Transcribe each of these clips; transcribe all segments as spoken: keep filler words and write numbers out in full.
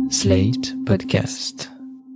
Slate Podcast.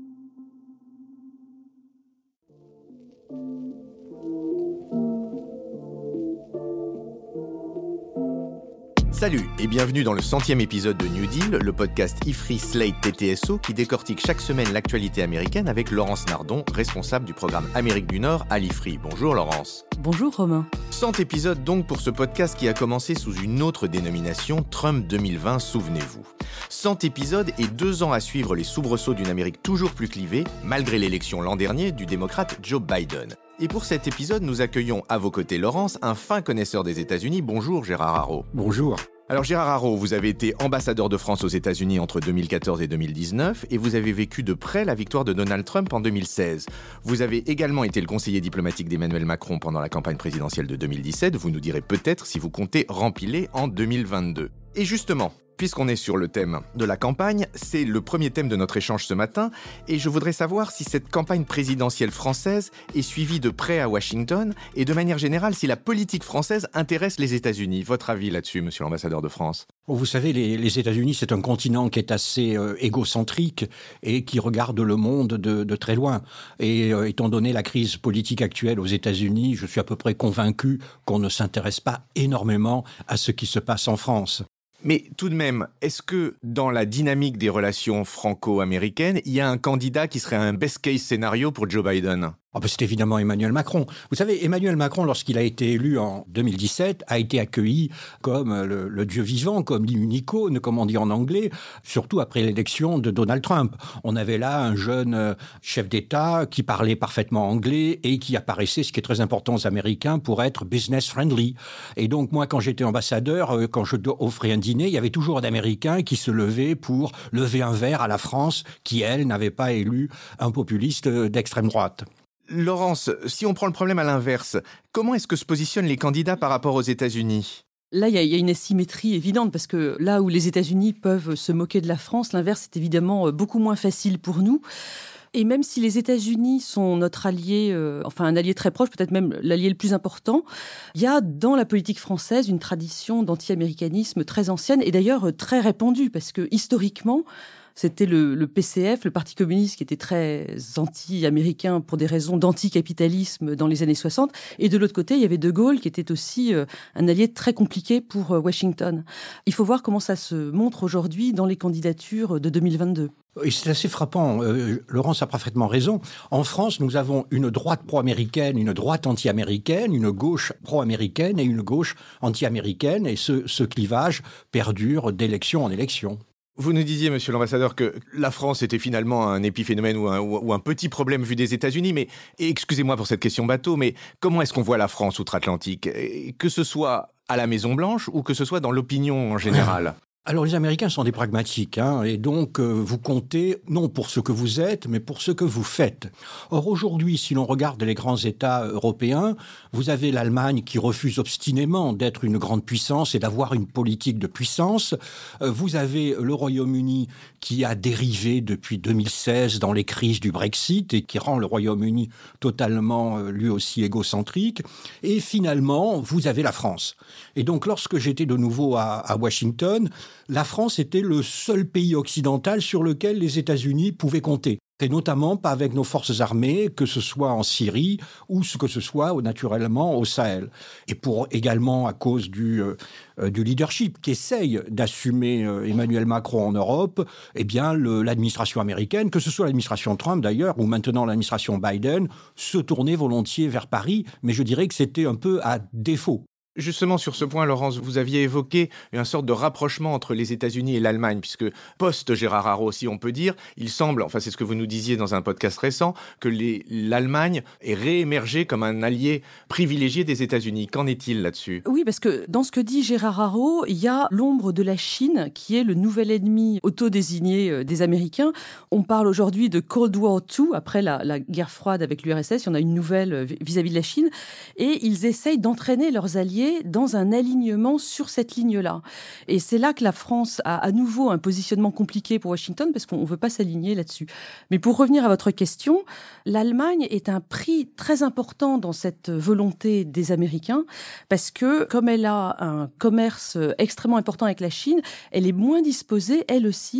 Salut et bienvenue dans le centième épisode de New Deal, le podcast I F R I Slate T T S O qui décortique chaque semaine l'actualité américaine avec Laurence Nardon, responsable du programme Amérique du Nord à l'I F R I. Bonjour Laurence. Bonjour Romain. cent épisodes donc pour ce podcast qui a commencé sous une autre dénomination, Trump deux mille vingt, souvenez-vous. cent épisodes et deux ans à suivre les soubresauts d'une Amérique toujours plus clivée, malgré l'élection l'an dernier du démocrate Joe Biden. Et pour cet épisode, nous accueillons à vos côtés, Laurence, un fin connaisseur des États-Unis. Bonjour Gérard Haro. Bonjour. Alors Gérard Haro, vous avez été ambassadeur de France aux États-Unis entre deux mille quatorze et deux mille dix-neuf et vous avez vécu de près la victoire de Donald Trump en deux mille seize. Vous avez également été le conseiller diplomatique d'Emmanuel Macron pendant la campagne présidentielle de deux mille dix-sept. Vous nous direz peut-être si vous comptez rempiler en deux mille vingt-deux. Et justement, puisqu'on est sur le thème de la campagne, c'est le premier thème de notre échange ce matin, et je voudrais savoir si cette campagne présidentielle française est suivie de près à Washington, et de manière générale, si la politique française intéresse les États-Unis. Votre avis là-dessus, monsieur l'ambassadeur de France ? Vous savez, les, les États-Unis, c'est un continent qui est assez euh, égocentrique et qui regarde le monde de, de très loin. Et euh, étant donné la crise politique actuelle aux États-Unis, je suis à peu près convaincu qu'on ne s'intéresse pas énormément à ce qui se passe en France. Mais tout de même, est-ce que dans la dynamique des relations franco-américaines, il y a un candidat qui serait un best-case scénario pour Joe Biden ? Oh ben c'est évidemment Emmanuel Macron. Vous savez, Emmanuel Macron, lorsqu'il a été élu en deux mille dix-sept, a été accueilli comme le, le dieu vivant, comme l'unicône, comme on dit en anglais, surtout après l'élection de Donald Trump. On avait là un jeune chef d'État qui parlait parfaitement anglais et qui apparaissait, ce qui est très important aux Américains, pour être business-friendly. Et donc, moi, quand j'étais ambassadeur, quand je offrais un dîner, il y avait toujours un Américain qui se levait pour lever un verre à la France, qui, elle, n'avait pas élu un populiste d'extrême droite. Laurence, si on prend le problème à l'inverse, comment est-ce que se positionnent les candidats par rapport aux États-Unis ? Là, il y, y a une asymétrie évidente parce que là où les États-Unis peuvent se moquer de la France, l'inverse est évidemment beaucoup moins facile pour nous. Et même si les États-Unis sont notre allié, euh, enfin un allié très proche, peut-être même l'allié le plus important, il y a dans la politique française une tradition d'anti-américanisme très ancienne et d'ailleurs très répandue parce que historiquement, c'était le, le P C F, le Parti communiste, qui était très anti-américain pour des raisons d'anticapitalisme dans les années soixante. Et de l'autre côté, il y avait De Gaulle, qui était aussi euh, un allié très compliqué pour euh, Washington. Il faut voir comment ça se montre aujourd'hui dans les candidatures de deux mille vingt-deux. Et c'est assez frappant. Euh, Laurence a parfaitement raison. En France, nous avons une droite pro-américaine, une droite anti-américaine, une gauche pro-américaine et une gauche anti-américaine. Et ce, ce clivage perdure d'élection en élection. Vous nous disiez, monsieur l'ambassadeur, que la France était finalement un épiphénomène ou un, ou un petit problème vu des États-Unis, mais et excusez-moi pour cette question bateau, mais comment est-ce qu'on voit la France outre-Atlantique ? Que ce soit à la Maison-Blanche ou que ce soit dans l'opinion en général ? Alors les Américains sont des pragmatiques, hein, et donc euh, vous comptez non pour ce que vous êtes, mais pour ce que vous faites. Or aujourd'hui, si l'on regarde les grands États européens, vous avez l'Allemagne qui refuse obstinément d'être une grande puissance et d'avoir une politique de puissance. Euh, vous avez le Royaume-Uni qui a dérivé depuis deux mille seize dans les crises du Brexit et qui rend le Royaume-Uni totalement, euh, lui aussi, égocentrique. Et finalement, vous avez la France. Et donc lorsque j'étais de nouveau à, à Washington, la France était le seul pays occidental sur lequel les États-Unis pouvaient compter. Et notamment pas avec nos forces armées, que ce soit en Syrie ou que ce soit naturellement au Sahel. Et pour également à cause du, euh, du leadership qu'essaye d'assumer euh, Emmanuel Macron en Europe, eh bien le, l'administration américaine, que ce soit l'administration Trump d'ailleurs, ou maintenant l'administration Biden, se tournait volontiers vers Paris, mais je dirais que c'était un peu à défaut. Justement, sur ce point, Laurence, vous aviez évoqué une sorte de rapprochement entre les États-Unis et l'Allemagne, puisque post-Gérard Haro, si on peut dire, il semble, enfin c'est ce que vous nous disiez dans un podcast récent, que les, l'Allemagne est réémergée comme un allié privilégié des États-Unis. Qu'en est-il là-dessus ? Oui, parce que dans ce que dit Gérard Haro, il y a l'ombre de la Chine, qui est le nouvel ennemi auto-désigné des Américains. On parle aujourd'hui de Cold War deux, après la, la guerre froide avec l'U R S S, il y en a une nouvelle vis-à-vis de la Chine, et ils essayent d'entraîner leurs alliés dans un alignement sur cette ligne-là. Et c'est là que la France a à nouveau un positionnement compliqué pour Washington, parce qu'on ne veut pas s'aligner là-dessus. Mais pour revenir à votre question, l'Allemagne est un prix très important dans cette volonté des Américains, parce que comme elle a un commerce extrêmement important avec la Chine, elle est moins disposée, elle aussi,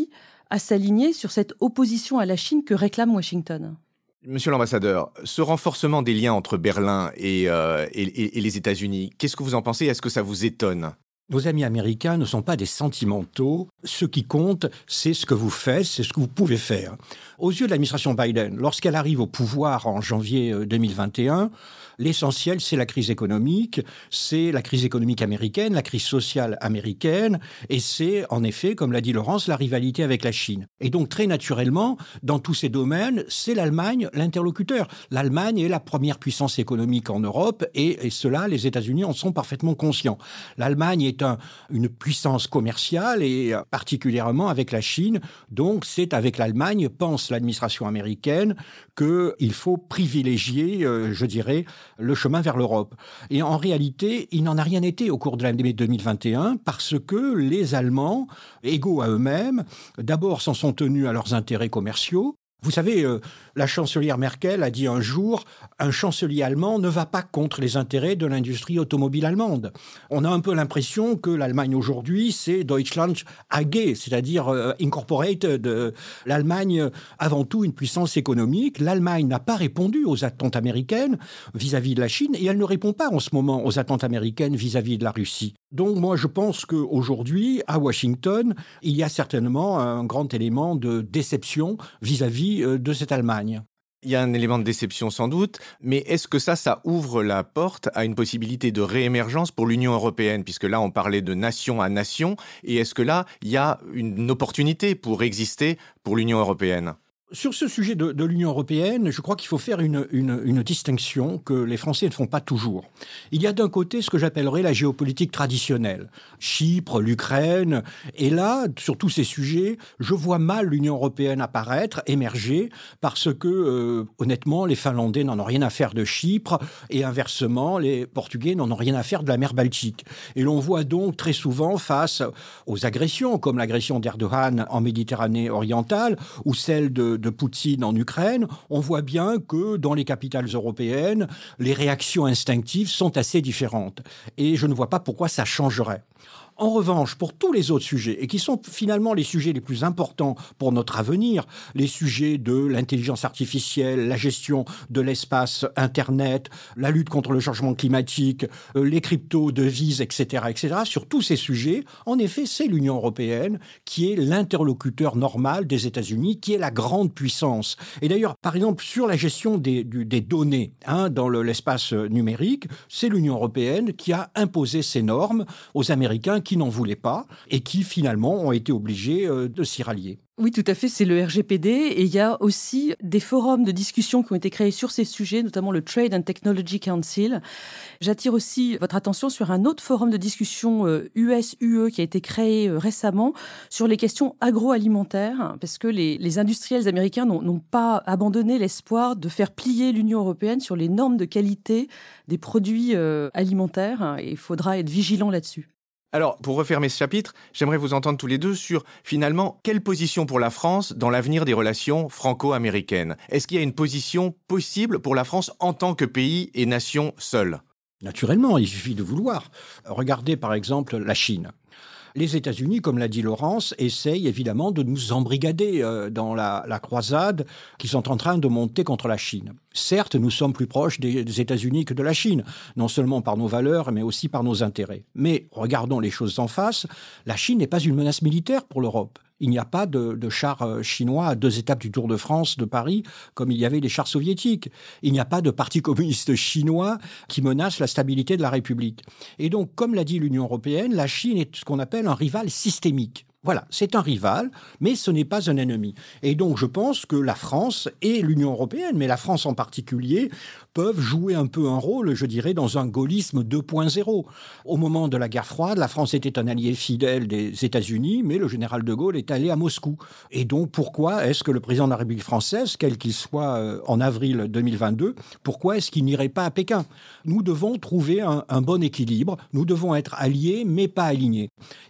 à s'aligner sur cette opposition à la Chine que réclame Washington. Monsieur l'ambassadeur, ce renforcement des liens entre Berlin et, euh, et, et, et les États-Unis, qu'est-ce que vous en pensez? Est-ce que ça vous étonne? Vos amis américains ne sont pas des sentimentaux. Ce qui compte, c'est ce que vous faites, c'est ce que vous pouvez faire. Aux yeux de l'administration Biden, lorsqu'elle arrive au pouvoir en janvier deux mille vingt et un, l'essentiel, c'est la crise économique, c'est la crise économique américaine, la crise sociale américaine, et c'est, en effet, comme l'a dit Laurence, la rivalité avec la Chine. Et donc, très naturellement, dans tous ces domaines, c'est l'Allemagne l'interlocuteur. L'Allemagne est la première puissance économique en Europe, et, et cela, les États-Unis en sont parfaitement conscients. L'Allemagne est un, une puissance commerciale, et particulièrement avec la Chine. Donc, c'est avec l'Allemagne, pense l'administration américaine, qu'il faut privilégier, euh, je dirais, le chemin vers l'Europe. Et en réalité, il n'en a rien été au cours de l'année deux mille vingt et un parce que les Allemands, égaux à eux-mêmes, d'abord s'en sont tenus à leurs intérêts commerciaux. Vous savez, euh, la chancelière Merkel a dit un jour « Un chancelier allemand ne va pas contre les intérêts de l'industrie automobile allemande ». On a un peu l'impression que l'Allemagne aujourd'hui, c'est Deutschland A G, c'est-à-dire euh, incorporated, euh, l'Allemagne avant tout une puissance économique. L'Allemagne n'a pas répondu aux attentes américaines vis-à-vis de la Chine et elle ne répond pas en ce moment aux attentes américaines vis-à-vis de la Russie. Donc moi, je pense qu'aujourd'hui, à Washington, il y a certainement un grand élément de déception vis-à-vis de cette Allemagne. Il y a un élément de déception sans doute, mais est-ce que ça, ça ouvre la porte à une possibilité de réémergence pour l'Union européenne? Puisque là, on parlait de nation à nation, et est-ce que là, il y a une opportunité pour exister pour l'Union européenne? Sur ce sujet de, de l'Union européenne, je crois qu'il faut faire une, une, une distinction que les Français ne font pas toujours. Il y a d'un côté ce que j'appellerais la géopolitique traditionnelle. Chypre, l'Ukraine. Et là, sur tous ces sujets, je vois mal l'Union européenne apparaître, émerger, parce que, euh, honnêtement, les Finlandais n'en ont rien à faire de Chypre, et inversement, les Portugais n'en ont rien à faire de la mer Baltique. Et l'on voit donc très souvent, face aux agressions, comme l'agression d'Erdogan en Méditerranée orientale, ou celle de de Poutine en Ukraine, on voit bien que dans les capitales européennes, les réactions instinctives sont assez différentes. Et je ne vois pas pourquoi ça changerait. En revanche, pour tous les autres sujets, et qui sont finalement les sujets les plus importants pour notre avenir, les sujets de l'intelligence artificielle, la gestion de l'espace Internet, la lutte contre le changement climatique, les crypto-devises, et cetera, et cetera, sur tous ces sujets, en effet, c'est l'Union européenne qui est l'interlocuteur normal des États-Unis, qui est la grande puissance. Et d'ailleurs, par exemple, sur la gestion des, du, des données hein, dans le, l'espace numérique, c'est l'Union européenne qui a imposé ces normes aux Américains qui n'en voulaient pas et qui finalement ont été obligés euh, de s'y rallier. Oui, tout à fait, c'est le R G P D et il y a aussi des forums de discussion qui ont été créés sur ces sujets, notamment le Trade and Technology Council. J'attire aussi votre attention sur un autre forum de discussion U S U E qui a été créé récemment sur les questions agroalimentaires, parce que les, les industriels américains n'ont, n'ont pas abandonné l'espoir de faire plier l'Union européenne sur les normes de qualité des produits euh, alimentaires et il faudra être vigilant là-dessus. Alors, pour refermer ce chapitre, j'aimerais vous entendre tous les deux sur, finalement, quelle position pour la France dans l'avenir des relations franco-américaines? Est-ce qu'il y a une position possible pour la France en tant que pays et nation seule? Naturellement, il suffit de vouloir. Regardez par exemple la Chine. Les États-Unis, comme l'a dit Laurence, essayent évidemment de nous embrigader euh, dans la, la croisade qu'ils sont en train de monter contre la Chine. Certes, nous sommes plus proches des, des États-Unis que de la Chine, non seulement par nos valeurs, mais aussi par nos intérêts. Mais regardons les choses en face, la Chine n'est pas une menace militaire pour l'Europe. Il n'y a pas de, de chars chinois à deux étapes du Tour de France de Paris, comme il y avait des chars soviétiques. Il n'y a pas de parti communiste chinois qui menace la stabilité de la République. Et donc, comme l'a dit l'Union européenne, la Chine est ce qu'on appelle un rival systémique. Voilà, c'est un rival, mais ce n'est pas un ennemi. Et donc, je pense que la France et l'Union européenne, mais la France en particulier, peuvent jouer un peu un rôle, je dirais, dans un gaullisme deux point zéro. Au moment de la guerre froide, la France était un allié fidèle des États-Unis, mais le général de Gaulle est allé à Moscou. Et donc, pourquoi est-ce que le président de la République française, quel qu'il soit en avril deux mille vingt-deux, pourquoi est-ce qu'il n'irait pas à Pékin? Nous devons trouver un, un bon équilibre. Nous devons être alliés, mais pas alignés.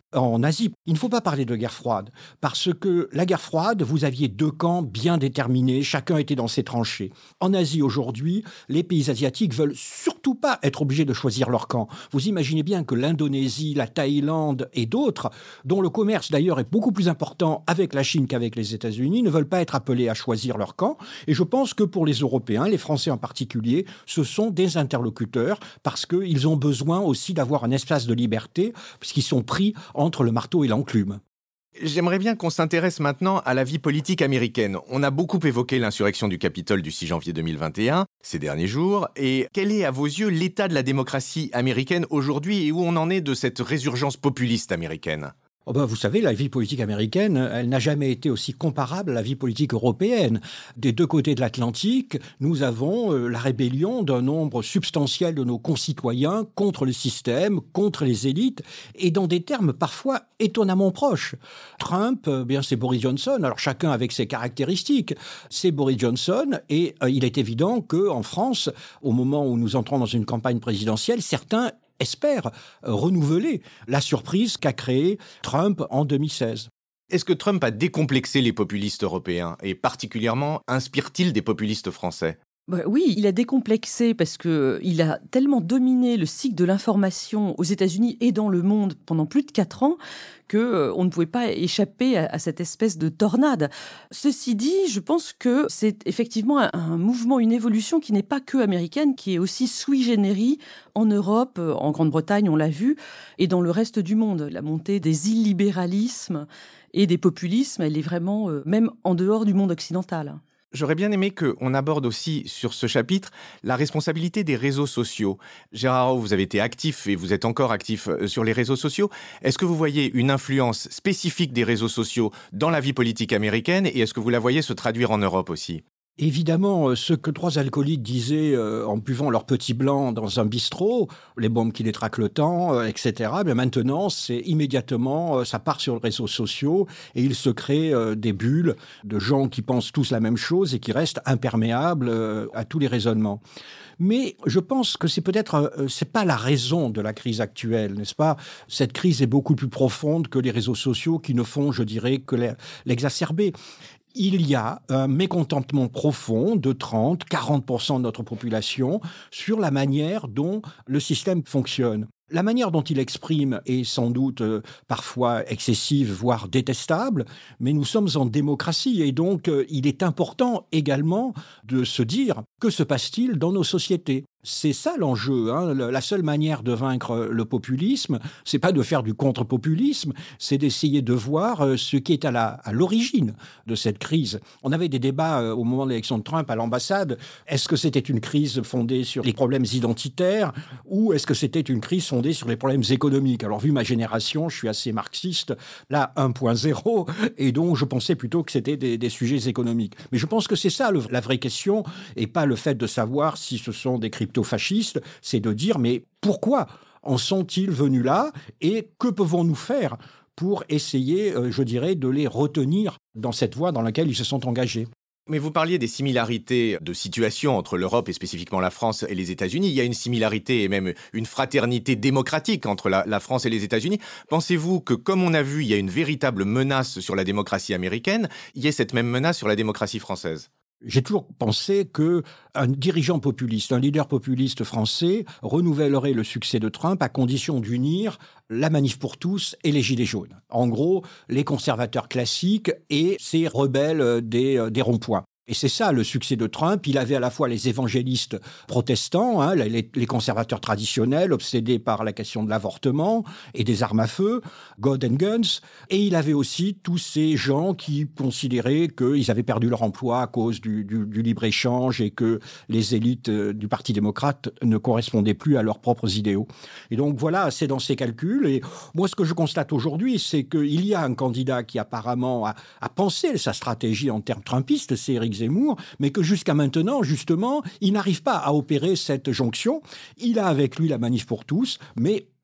en Asie. Il ne faut pas parler de guerre froide, parce que la guerre froide, vous aviez deux camps bien déterminés, chacun était dans ses tranchées. En Asie, aujourd'hui, les pays asiatiques veulent surtout pas être obligés de choisir leur camp. Vous imaginez bien que l'Indonésie, la Thaïlande et d'autres, dont le commerce d'ailleurs est beaucoup plus important avec la Chine qu'avec les États-Unis, ne veulent pas être appelés à choisir leur camp. Et je pense que pour les Européens, les Français en particulier, ce sont des interlocuteurs, parce qu'ils ont besoin aussi d'avoir un espace de liberté, puisqu'ils sont pris entre le marteau et l'enclume. J'aimerais bien qu'on s'intéresse maintenant à la vie politique américaine. On a beaucoup évoqué l'insurrection du Capitole du six janvier deux mille vingt et un, ces derniers jours. Et quel est, à vos yeux, l'état de la démocratie américaine aujourd'hui et où on en est de cette résurgence populiste américaine ? Oh ben, vous savez, la vie politique américaine, elle n'a jamais été aussi comparable à la vie politique européenne. Des deux côtés de l'Atlantique, nous avons euh, la rébellion d'un nombre substantiel de nos concitoyens contre le système, contre les élites, et dans des termes parfois étonnamment proches. Trump, euh, bien c'est Boris Johnson, alors chacun avec ses caractéristiques. C'est Boris Johnson, et euh, il est évident qu'en France, au moment où nous entrons dans une campagne présidentielle, certains espère renouveler la surprise qu'a créée Trump en deux mille seize. Est-ce que Trump a décomplexé les populistes européens et particulièrement inspire-t-il des populistes français ? Bah oui, il a décomplexé parce qu'il a tellement dominé le cycle de l'information aux États-Unis et dans le monde pendant plus de quatre ans qu'on euh, ne pouvait pas échapper à, à cette espèce de tornade. Ceci dit, je pense que c'est effectivement un, un mouvement, une évolution qui n'est pas que américaine, qui est aussi sui generis en Europe, en Grande-Bretagne, on l'a vu, et dans le reste du monde. La montée des illibéralismes et des populismes, elle est vraiment, euh, même en dehors du monde occidental. J'aurais bien aimé qu'on aborde aussi sur ce chapitre la responsabilité des réseaux sociaux. Gérard Araud, vous avez été actif et vous êtes encore actif sur les réseaux sociaux. Est-ce que vous voyez une influence spécifique des réseaux sociaux dans la vie politique américaine et est-ce que vous la voyez se traduire en Europe aussi ? Évidemment, ce que trois alcooliques disaient euh, en buvant leur petit blanc dans un bistrot, les bombes qui détraquent le temps, euh, et cetera, bien maintenant, c'est immédiatement, euh, ça part sur les réseaux sociaux et il se crée euh, des bulles de gens qui pensent tous la même chose et qui restent imperméables euh, à tous les raisonnements. Mais je pense que c'est peut-être, euh, c'est pas la raison de la crise actuelle, n'est-ce pas ? Cette crise est beaucoup plus profonde que les réseaux sociaux qui ne font, je dirais, que l'exacerber. Il y a un mécontentement profond de trente à quarante pour cent de notre population sur la manière dont le système fonctionne. La manière dont il exprime est sans doute euh, parfois excessive, voire détestable, mais nous sommes en démocratie et donc euh, il est important également de se dire que se passe-t-il dans nos sociétés ? C'est ça l'enjeu, hein. La seule manière de vaincre le populisme, c'est pas de faire du contre-populisme, c'est d'essayer de voir ce qui est à la, à l'origine de cette crise. On avait des débats au moment de l'élection de Trump à l'ambassade. Est-ce que c'était une crise fondée sur les problèmes identitaires ou est-ce que c'était une crise fondée sur les problèmes économiques ? Alors, vu ma génération, je suis assez marxiste, là, un point zéro, et donc je pensais plutôt que c'était des, des sujets économiques. Mais je pense que c'est ça le, la vraie question, et pas le fait de savoir si ce sont des crypto-fascistes, c'est de dire, mais pourquoi en sont-ils venus là et que pouvons-nous faire pour essayer, euh, je dirais, de les retenir dans cette voie dans laquelle ils se sont engagés ? Mais vous parliez des similarités de situation entre l'Europe et spécifiquement la France et les États-Unis. Il y a une similarité et même une fraternité démocratique entre la, la France et les États-Unis. Pensez-vous que, comme on a vu, il y a une véritable menace sur la démocratie américaine, il y ait cette même menace sur la démocratie française ? J'ai toujours pensé qu'un dirigeant populiste, un leader populiste français renouvellerait le succès de Trump à condition d'unir la Manif pour tous et les Gilets jaunes. En gros, les conservateurs classiques et ces rebelles des, des ronds-points. Et c'est ça le succès de Trump. Il avait à la fois les évangélistes protestants, hein, les, les conservateurs traditionnels obsédés par la question de l'avortement et des armes à feu, God and Guns, et il avait aussi tous ces gens qui considéraient qu'ils avaient perdu leur emploi à cause du, du, du libre-échange et que les élites du Parti démocrate ne correspondaient plus à leurs propres idéaux. Et donc voilà, c'est dans ces calculs. Et moi, ce que je constate aujourd'hui, c'est qu'il y a un candidat qui apparemment a, a pensé sa stratégie en termes trumpistes, c'est Éric Zemmour, mais que jusqu'à maintenant, justement, il n'arrive pas à opérer cette jonction. Il a avec lui la Manif pour tous, mais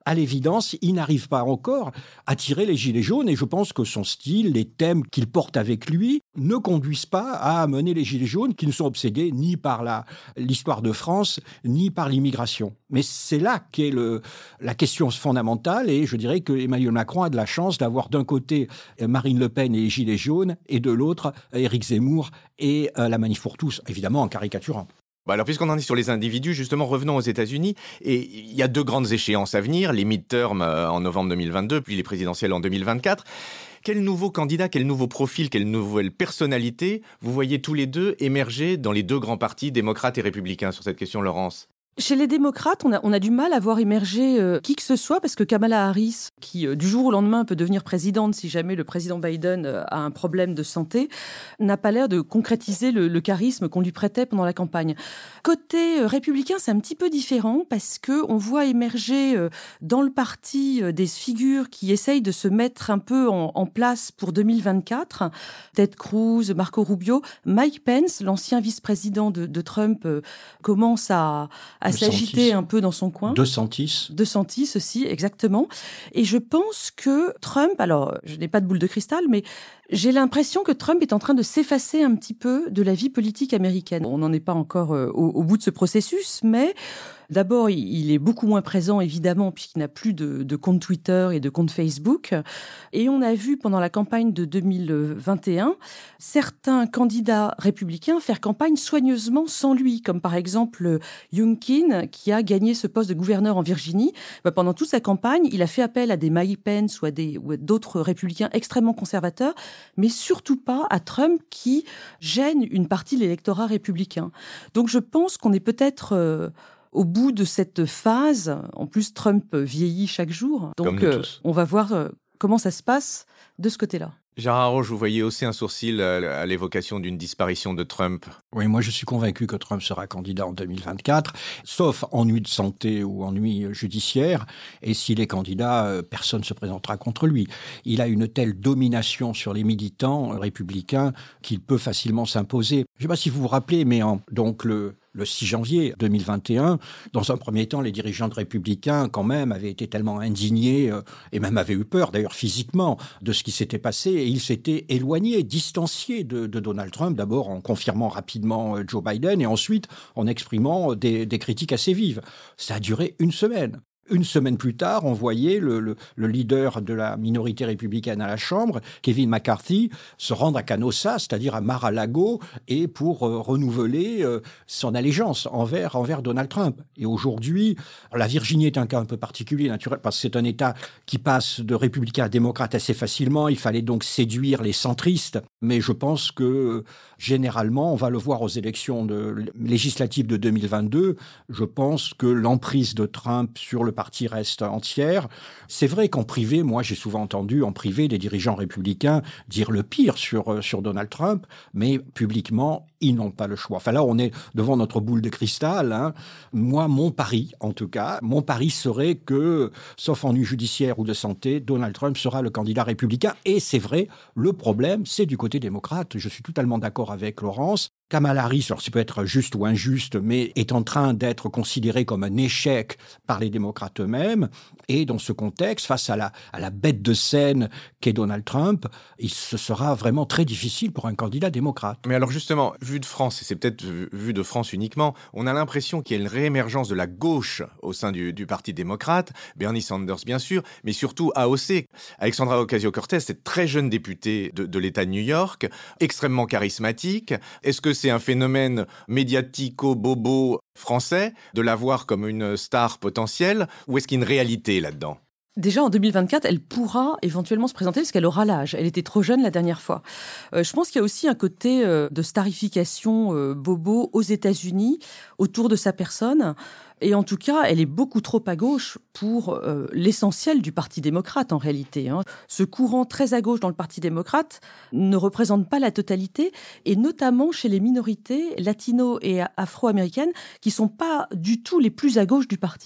à l'évidence, il n'arrive pas encore à tirer les gilets jaunes et je pense que son style, les thèmes qu'il porte avec lui ne conduisent pas à amener les gilets jaunes qui ne sont obsédés ni par la, l'histoire de France, ni par l'immigration. Mais c'est là qu'est le, la question fondamentale et je dirais que Emmanuel Macron a de la chance d'avoir d'un côté Marine Le Pen et les gilets jaunes et de l'autre Éric Zemmour et euh, la Manif pour tous, évidemment en caricaturant. Bah alors, puisqu'on en est sur les individus, justement, revenons aux États-Unis. Et il y a deux grandes échéances à venir, les midterms en novembre deux mille vingt-deux, puis les présidentielles en deux mille vingt-quatre. Quel nouveau candidat, quel nouveau profil, quelle nouvelle personnalité vous voyez tous les deux émerger dans les deux grands partis, démocrates et républicains, sur cette question, Laurence ? Chez les démocrates, on a, on a du mal à voir émerger euh, qui que ce soit parce que Kamala Harris, qui euh, du jour au lendemain peut devenir présidente si jamais le président Biden euh, a un problème de santé, n'a pas l'air de concrétiser le, le charisme qu'on lui prêtait pendant la campagne. Côté euh, républicain, c'est un petit peu différent parce que on voit émerger euh, dans le parti euh, des figures qui essayent de se mettre un peu en, en place pour deux mille vingt-quatre. Ted Cruz, Marco Rubio, Mike Pence, l'ancien vice-président de, de Trump, euh, commence à à s'agiter un peu dans son coin. DeSantis. DeSantis aussi, exactement. Et je pense que Trump, alors je n'ai pas de boule de cristal, mais j'ai l'impression que Trump est en train de s'effacer un petit peu de la vie politique américaine. On n'en est pas encore euh, au, au bout de ce processus, mais d'abord, il est beaucoup moins présent, évidemment, puisqu'il n'a plus de, de compte Twitter et de compte Facebook. Et on a vu pendant la campagne de deux mille vingt et un certains candidats républicains faire campagne soigneusement sans lui, comme par exemple Youngkin, qui a gagné ce poste de gouverneur en Virginie. Bah, pendant toute sa campagne, il a fait appel à des Mike Pence ou à, des, ou à d'autres républicains extrêmement conservateurs, mais surtout pas à Trump qui gêne une partie de l'électorat républicain. Donc je pense qu'on est peut-être euh, au bout de cette phase. En plus, Trump vieillit chaque jour. Donc euh, on va voir euh, comment ça se passe de ce côté-là. Gérard Araud, vous voyez hausser un sourcil à l'évocation d'une disparition de Trump. Oui, moi je suis convaincu que Trump sera candidat en deux mille vingt-quatre, sauf ennui de santé ou ennui judiciaire. Et s'il est candidat, personne ne se présentera contre lui. Il a une telle domination sur les militants républicains qu'il peut facilement s'imposer. Je ne sais pas si vous vous rappelez, mais en, donc le... Le six janvier deux mille vingt et un, dans un premier temps, les dirigeants de républicains, quand même, avaient été tellement indignés, euh, et même avaient eu peur, d'ailleurs physiquement, de ce qui s'était passé, et ils s'étaient éloignés, distanciés de, de Donald Trump, d'abord en confirmant rapidement euh, Joe Biden, et ensuite en exprimant des, des critiques assez vives. Ça a duré une semaine. Une semaine plus tard, on voyait le, le, le leader de la minorité républicaine à la Chambre, Kevin McCarthy, se rendre à Canossa, c'est-à-dire à Mar-a-Lago, et pour euh, renouveler euh, son allégeance envers, envers Donald Trump. Et aujourd'hui, la Virginie est un cas un peu particulier, naturel, parce que c'est un État qui passe de républicain à démocrate assez facilement. Il fallait donc séduire les centristes. Mais je pense que, généralement, on va le voir aux élections de, législatives de deux mille vingt-deux, je pense que l'emprise de Trump sur le parti reste entière. C'est vrai qu'en privé, moi j'ai souvent entendu en privé des dirigeants républicains dire le pire sur, sur Donald Trump, mais publiquement, ils n'ont pas le choix. Enfin là, on est devant notre boule de cristal. Hein. Moi, mon pari, en tout cas, mon pari serait que, sauf ennui judiciaire ou de santé, Donald Trump sera le candidat républicain. Et c'est vrai, le problème, c'est du côté démocrate. Je suis totalement d'accord avec Laurence. Kamala Harris, alors ça peut être juste ou injuste, mais est en train d'être considéré comme un échec par les démocrates eux-mêmes. Et dans ce contexte, face à la, à la bête de scène qu'est Donald Trump, il ce sera vraiment très difficile pour un candidat démocrate. Mais alors justement, vu de France, et c'est peut-être vu de France uniquement, on a l'impression qu'il y a une réémergence de la gauche au sein du, du Parti démocrate, Bernie Sanders bien sûr, mais surtout A O C. Alexandra Ocasio-Cortez, cette très jeune députée de, de l'État de New York, extrêmement charismatique. Est-ce que c'est un phénomène médiatico-bobo français de la voir comme une star potentielle, ou est-ce qu'il y a une réalité là-dedans ? Déjà, en deux mille vingt-quatre, elle pourra éventuellement se présenter parce qu'elle aura l'âge. Elle était trop jeune la dernière fois. Euh, je pense qu'il y a aussi un côté euh, de starification euh, bobo aux États-Unis autour de sa personne. Et en tout cas, elle est beaucoup trop à gauche pour euh, l'essentiel du Parti démocrate, en réalité. Hein. Ce courant très à gauche dans le Parti démocrate ne représente pas la totalité, et notamment chez les minorités latino et afro-américaines qui ne sont pas du tout les plus à gauche du parti.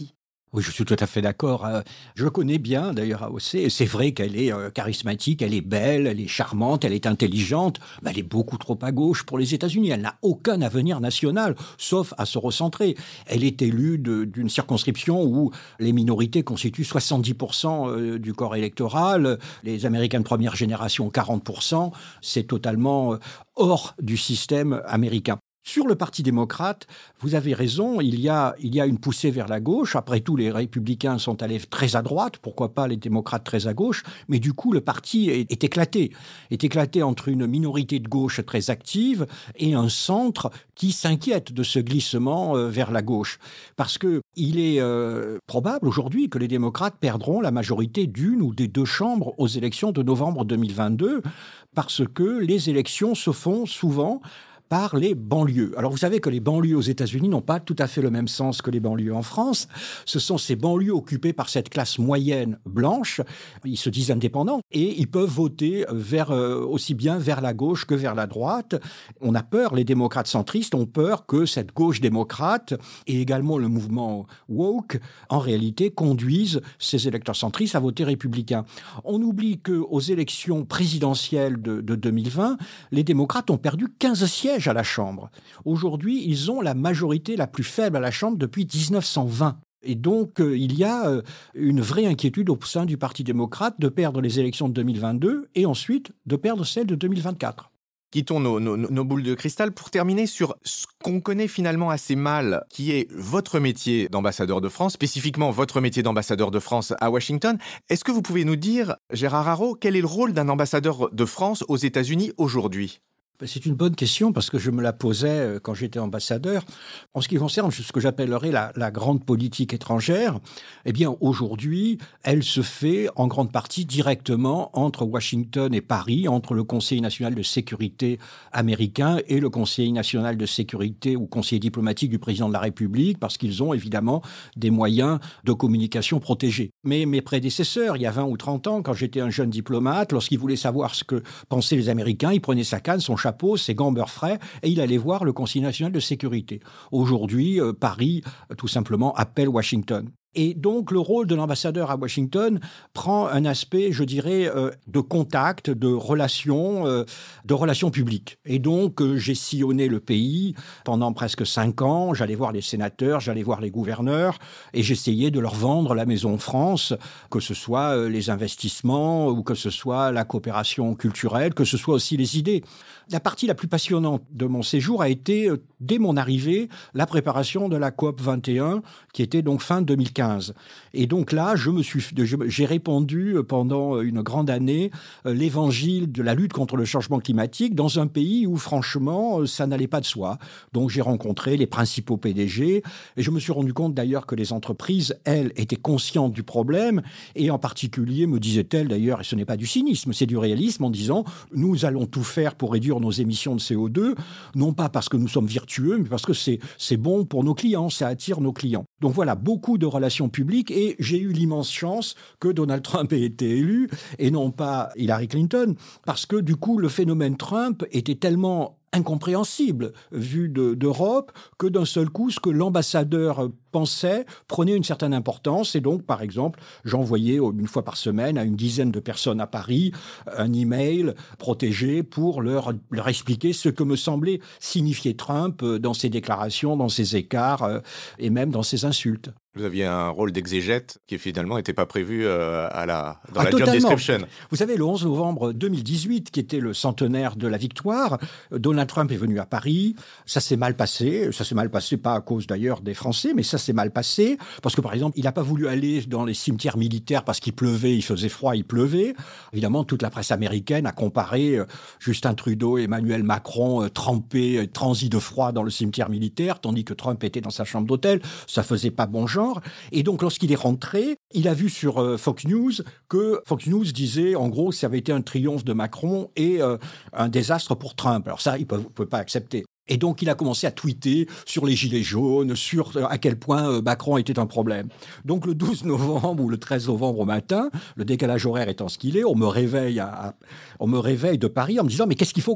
Oui, je suis tout à fait d'accord. Euh, Je connais bien d'ailleurs A O C, et c'est vrai qu'elle est euh, charismatique, elle est belle, elle est charmante, elle est intelligente, mais elle est beaucoup trop à gauche pour les États-Unis. Elle n'a aucun avenir national, sauf à se recentrer. Elle est élue de- d'une circonscription où les minorités constituent soixante-dix pour cent euh, du corps électoral, les Américains de première génération quarante pour cent. C'est totalement euh, hors du système américain. Sur le Parti démocrate, vous avez raison, il y a, il y a une poussée vers la gauche. Après tout, les républicains sont allés très à droite, pourquoi pas les démocrates très à gauche, mais du coup, le parti est, est éclaté. Est éclaté entre une minorité de gauche très active et un centre qui s'inquiète de ce glissement euh, vers la gauche. Parce que il est euh, probable aujourd'hui que les démocrates perdront la majorité d'une ou des deux chambres aux élections de novembre deux mille vingt-deux, parce que les élections se font souvent par les banlieues. Alors vous savez que les banlieues aux États-Unis n'ont pas tout à fait le même sens que les banlieues en France. Ce sont ces banlieues occupées par cette classe moyenne blanche. Ils se disent indépendants et ils peuvent voter vers, euh, aussi bien vers la gauche que vers la droite. On a peur, les démocrates centristes ont peur que cette gauche démocrate et également le mouvement woke, en réalité, conduisent ces électeurs centristes à voter républicain. On oublie qu'aux élections présidentielles de, de deux mille vingt, les démocrates ont perdu quinze sièges à la Chambre. Aujourd'hui, ils ont la majorité la plus faible à la Chambre depuis dix-neuf cent vingt. Et donc, euh, il y a euh, une vraie inquiétude au sein du Parti démocrate de perdre les élections de deux mille vingt-deux et ensuite de perdre celles de deux mille vingt-quatre. Quittons nos, nos, nos boules de cristal pour terminer sur ce qu'on connaît finalement assez mal, qui est votre métier d'ambassadeur de France, spécifiquement votre métier d'ambassadeur de France à Washington. Est-ce que vous pouvez nous dire, Gérard Haro, quel est le rôle d'un ambassadeur de France aux États-Unis aujourd'hui ? C'est une bonne question parce que je me la posais quand j'étais ambassadeur. En ce qui concerne ce que j'appellerais la, la grande politique étrangère, eh bien aujourd'hui, elle se fait en grande partie directement entre Washington et Paris, entre le Conseil national de sécurité américain et le Conseil national de sécurité ou Conseil diplomatique du président de la République, parce qu'ils ont évidemment des moyens de communication protégés. Mais mes prédécesseurs, il y a vingt ou trente ans, quand j'étais un jeune diplomate, lorsqu'ils voulaient savoir ce que pensaient les Américains, ils prenaient sa canne, son chapeau, ses gants beurre frais, et il allait voir le Conseil national de sécurité. Aujourd'hui, euh, Paris, euh, tout simplement, appelle Washington. Et donc, le rôle de l'ambassadeur à Washington prend un aspect, je dirais, euh, de contact, de relations, euh, de relations publiques. Et donc, euh, j'ai sillonné le pays pendant presque cinq ans. J'allais voir les sénateurs, j'allais voir les gouverneurs, et j'essayais de leur vendre la Maison France, que ce soit euh, les investissements, ou que ce soit la coopération culturelle, que ce soit aussi les idées. La partie la plus passionnante de mon séjour a été, euh, dès mon arrivée, la préparation de la COP vingt et un, qui était donc fin deux mille quinze. Et donc là, je me suis, j'ai répandu pendant une grande année l'évangile de la lutte contre le changement climatique dans un pays où, franchement, ça n'allait pas de soi. Donc j'ai rencontré les principaux P D G et je me suis rendu compte d'ailleurs que les entreprises, elles, étaient conscientes du problème et en particulier, me disaient-elles d'ailleurs, et ce n'est pas du cynisme, c'est du réalisme, en disant « nous allons tout faire pour réduire nos émissions de C O deux, non pas parce que nous sommes vertueux, mais parce que c'est, c'est bon pour nos clients, ça attire nos clients ». Donc voilà, beaucoup de relations publiques et j'ai eu l'immense chance que Donald Trump ait été élu et non pas Hillary Clinton, parce que du coup, le phénomène Trump était tellement incompréhensible vu de, d'Europe que d'un seul coup, ce que l'ambassadeur pensait prenait une certaine importance. Et donc, par exemple, j'envoyais une fois par semaine à une dizaine de personnes à Paris un email protégé pour leur, leur expliquer ce que me semblait signifier Trump dans ses déclarations, dans ses écarts et même dans ses insultes. Vous aviez un rôle d'exégète qui finalement n'était pas prévu euh, à la, dans ah, la totalement. job description. Vous savez, le onze novembre deux mille dix-huit, qui était le centenaire de la victoire, Donald Trump est venu à Paris. Ça s'est mal passé. Ça s'est mal passé, pas à cause d'ailleurs des Français, mais ça s'est mal passé. Parce que, par exemple, il n'a pas voulu aller dans les cimetières militaires parce qu'il pleuvait, il faisait froid, il pleuvait. Évidemment, toute la presse américaine a comparé Justin Trudeau et Emmanuel Macron euh, trempés, transis de froid dans le cimetière militaire, tandis que Trump était dans sa chambre d'hôtel. Ça faisait pas bon genre. Et donc, lorsqu'il est rentré, il a vu sur euh, Fox News que Fox News disait, en gros, que ça avait été un triomphe de Macron et euh, un désastre pour Trump. Alors ça, il ne peut, peut pas accepter. Et donc, il a commencé à tweeter sur les gilets jaunes, sur à quel point Macron était un problème. Donc, le douze novembre ou le treize novembre au matin, le décalage horaire étant ce qu'il est, on me réveille, à, on me réveille de Paris en me disant « Mais qu'est-ce qu'il faut qu'on fasse ?»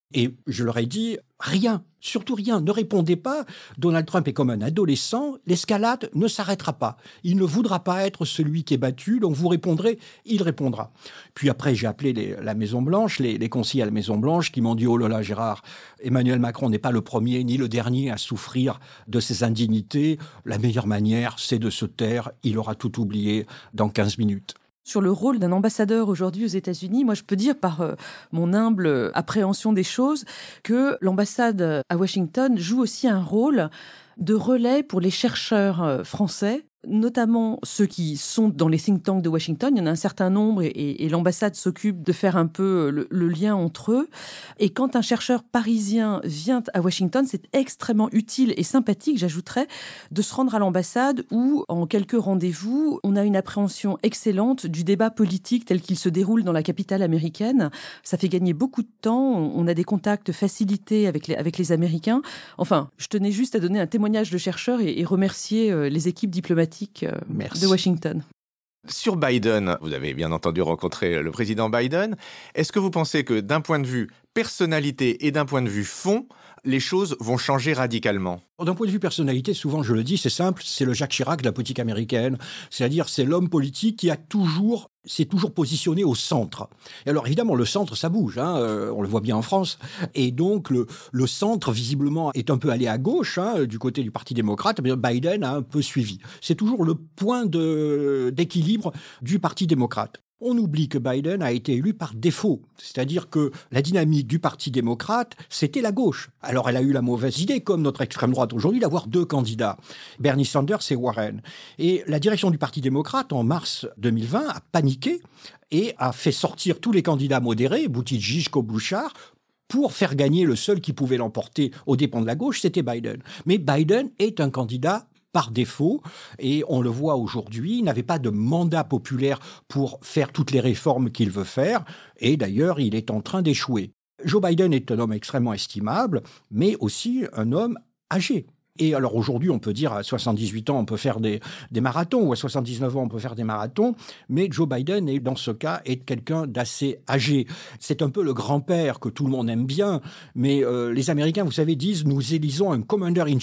Et je leur ai dit, rien, surtout rien, ne répondez pas. Donald Trump est comme un adolescent, l'escalade ne s'arrêtera pas. Il ne voudra pas être celui qui est battu, donc vous répondrez, il répondra. Puis après, j'ai appelé les, la Maison-Blanche, les, les conseillers à la Maison-Blanche qui m'ont dit, oh là là Gérard, Emmanuel Macron n'est pas le premier ni le dernier à souffrir de ses indignités. La meilleure manière, c'est de se taire, il aura tout oublié dans quinze minutes. Sur le rôle d'un ambassadeur aujourd'hui aux États-Unis, moi je peux dire par euh, mon humble appréhension des choses que l'ambassade à Washington joue aussi un rôle de relais pour les chercheurs français, notamment ceux qui sont dans les think tanks de Washington. Il y en a un certain nombre et, et, et l'ambassade s'occupe de faire un peu le, le lien entre eux. Et quand un chercheur parisien vient à Washington, c'est extrêmement utile et sympathique, j'ajouterais, de se rendre à l'ambassade où, en quelques rendez-vous, on a une appréhension excellente du débat politique tel qu'il se déroule dans la capitale américaine. Ça fait gagner beaucoup de temps. On a des contacts facilités avec les, avec les Américains. Enfin, je tenais juste à donner un témoignage de chercheur et, et remercier les équipes diplomatiques Merci. de Washington. Sur Biden, vous avez bien entendu rencontré le président Biden. Est-ce que vous pensez que d'un point de vue personnalité et d'un point de vue fond, les choses vont changer radicalement ? D'un point de vue personnalité, souvent je le dis, c'est simple, c'est le Jacques Chirac de la politique américaine. C'est-à-dire, c'est l'homme politique qui a toujours, s'est toujours positionné au centre. Et alors évidemment, le centre, ça bouge, hein, euh, on le voit bien en France. Et donc, le, le centre, visiblement, est un peu allé à gauche, hein, du côté du Parti démocrate. Mais Biden a un peu suivi. C'est toujours le point de, d'équilibre du Parti démocrate. On oublie que Biden a été élu par défaut. C'est-à-dire que la dynamique du Parti démocrate, c'était la gauche. Alors elle a eu la mauvaise idée, comme notre extrême droite aujourd'hui, d'avoir deux candidats, Bernie Sanders et Warren. Et la direction du Parti démocrate, en mars deux mille vingt, a paniqué et a fait sortir tous les candidats modérés, Buttigieg, Klobuchar, pour faire gagner le seul qui pouvait l'emporter aux dépens de la gauche, c'était Biden. Mais Biden est un candidat par défaut, et on le voit aujourd'hui, il n'avait pas de mandat populaire pour faire toutes les réformes qu'il veut faire, et d'ailleurs, il est en train d'échouer. Joe Biden est un homme extrêmement estimable, mais aussi un homme âgé. Et alors aujourd'hui, on peut dire à soixante-dix-huit ans, on peut faire des, des marathons, ou à soixante-dix-neuf ans, on peut faire des marathons, mais Joe Biden, est, dans ce cas, est quelqu'un d'assez âgé. C'est un peu le grand-père que tout le monde aime bien, mais euh, les Américains, vous savez, disent « nous élisons un commander-in-chief ».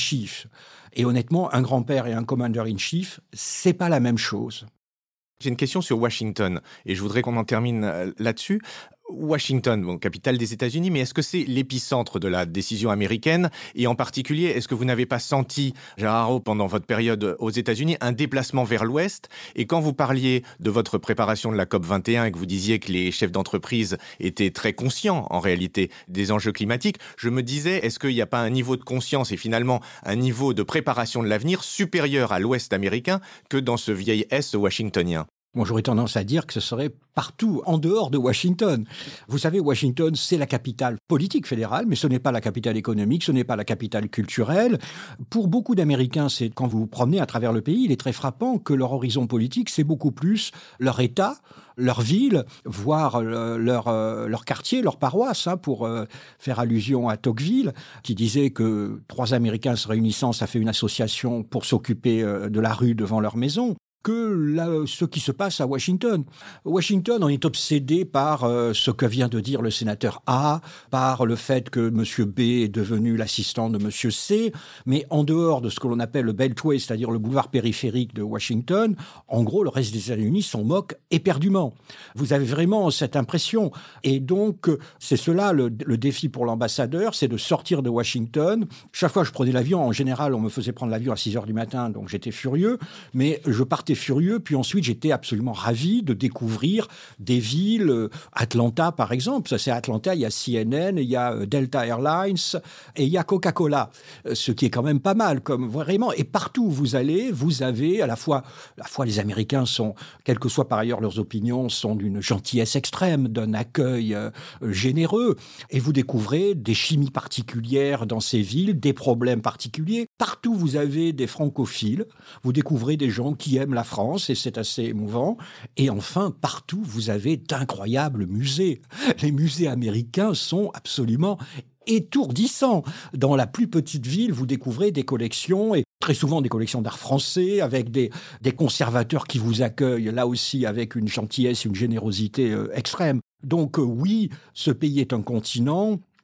Et honnêtement, un grand-père et un commander-in-chief, c'est pas la même chose. J'ai une question sur Washington, et je voudrais qu'on en termine là-dessus. Washington, bon, capitale des États-Unis, mais est-ce que c'est l'épicentre de la décision américaine ? Et en particulier, est-ce que vous n'avez pas senti, Gérard Araud, pendant votre période aux États-Unis, un déplacement vers l'Ouest ? Et quand vous parliez de votre préparation de la COP vingt et un et que vous disiez que les chefs d'entreprise étaient très conscients, en réalité, des enjeux climatiques, je me disais, est-ce qu'il n'y a pas un niveau de conscience et finalement un niveau de préparation de l'avenir supérieur à l'Ouest américain que dans ce vieil Est washingtonien ? Moi, j'aurais tendance à dire que ce serait partout, en dehors de Washington. Vous savez, Washington, c'est la capitale politique fédérale, mais ce n'est pas la capitale économique, ce n'est pas la capitale culturelle. Pour beaucoup d'Américains, c'est quand vous vous promenez à travers le pays, il est très frappant que leur horizon politique, c'est beaucoup plus leur État, leur ville, voire leur, euh, leur quartier, leur paroisse, hein, pour euh, faire allusion à Tocqueville, qui disait que trois Américains se réunissant, ça fait une association pour s'occuper euh, de la rue devant leur maison. Que là, ce qui se passe à Washington. Washington, on est obsédé par euh, ce que vient de dire le sénateur A, par le fait que M. B est devenu l'assistant de M. C, mais en dehors de ce que l'on appelle le Beltway, c'est-à-dire le boulevard périphérique de Washington, en gros, le reste des États-Unis s'en moque éperdument. Vous avez vraiment cette impression. Et donc, c'est cela le, le défi pour l'ambassadeur, c'est de sortir de Washington. Chaque fois que je prenais l'avion, en général, on me faisait prendre l'avion à six heures du matin, donc j'étais furieux, mais je partais furieux, puis ensuite j'étais absolument ravi de découvrir des villes, Atlanta par exemple, ça c'est Atlanta, il y a C N N, il y a Delta Airlines et il y a Coca-Cola, ce qui est quand même pas mal, comme vraiment, et partout où vous allez, vous avez à la fois, à la fois les Américains sont, quelles que soient par ailleurs leurs opinions, sont d'une gentillesse extrême, d'un accueil euh, généreux, et vous découvrez des chimies particulières dans ces villes, des problèmes particuliers, partout vous avez des francophiles, vous découvrez des gens qui aiment la France, et c'est assez émouvant. Et enfin, partout, vous avez d'incroyables musées. Les musées américains sont absolument étourdissants. Dans la plus petite ville, vous découvrez des collections, et très souvent des collections d'art français, avec des, des conservateurs qui vous accueillent, là aussi avec une gentillesse, une générosité euh, extrême. Donc euh, oui, ce pays est un continent.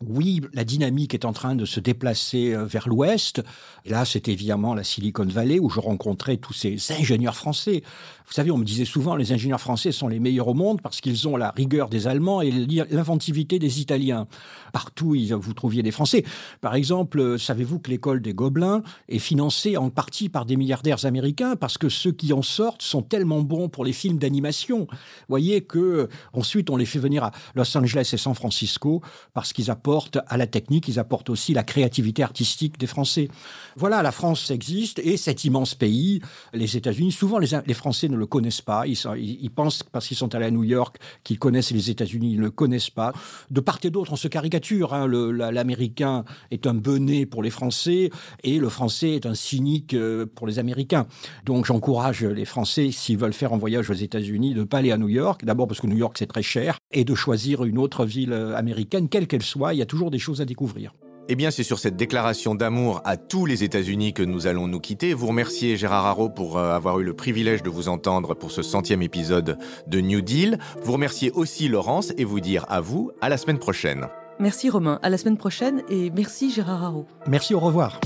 Oui, la dynamique est en train de se déplacer vers l'ouest. Et là, c'est évidemment la Silicon Valley où je rencontrais tous ces ingénieurs français. Vous savez, on me disait souvent, les ingénieurs français sont les meilleurs au monde parce qu'ils ont la rigueur des Allemands et l'inventivité des Italiens. Partout, vous trouviez des Français. Par exemple, savez-vous que l'école des Gobelins est financée en partie par des milliardaires américains parce que ceux qui en sortent sont tellement bons pour les films d'animation. Vous voyez que ensuite on les fait venir à Los Angeles et San Francisco parce qu'ils apportent à la technique, ils apportent aussi la créativité artistique des Français. Voilà, la France existe et cet immense pays, les États-Unis, souvent les, les Français ne le connaissent pas. Ils, sont, ils, ils pensent parce qu'ils sont allés à New York qu'ils connaissent les États-Unis, ils ne le connaissent pas. De part et d'autre, on se caricature. Hein. Le, la, l'Américain est un benet pour les Français et le Français est un cynique pour les Américains. Donc j'encourage les Français, s'ils veulent faire un voyage aux États-Unis, de ne pas aller à New York. D'abord parce que New York, c'est très cher. Et de choisir une autre ville américaine, quelle qu'elle soit. Il y a toujours des choses à découvrir. Eh bien, c'est sur cette déclaration d'amour à tous les États-Unis que nous allons nous quitter. Vous remerciez Gérard Haro pour avoir eu le privilège de vous entendre pour ce centième épisode de New Deal. Vous remerciez aussi Laurence et vous dire à vous, à la semaine prochaine. Merci Romain, à la semaine prochaine et merci Gérard Haro. Merci, au revoir.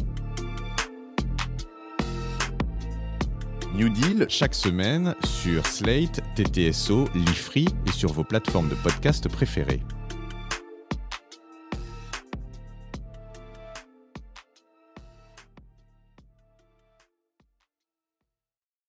New Deal, chaque semaine sur Slate, T T S O, l'I F R I et sur vos plateformes de podcast préférées.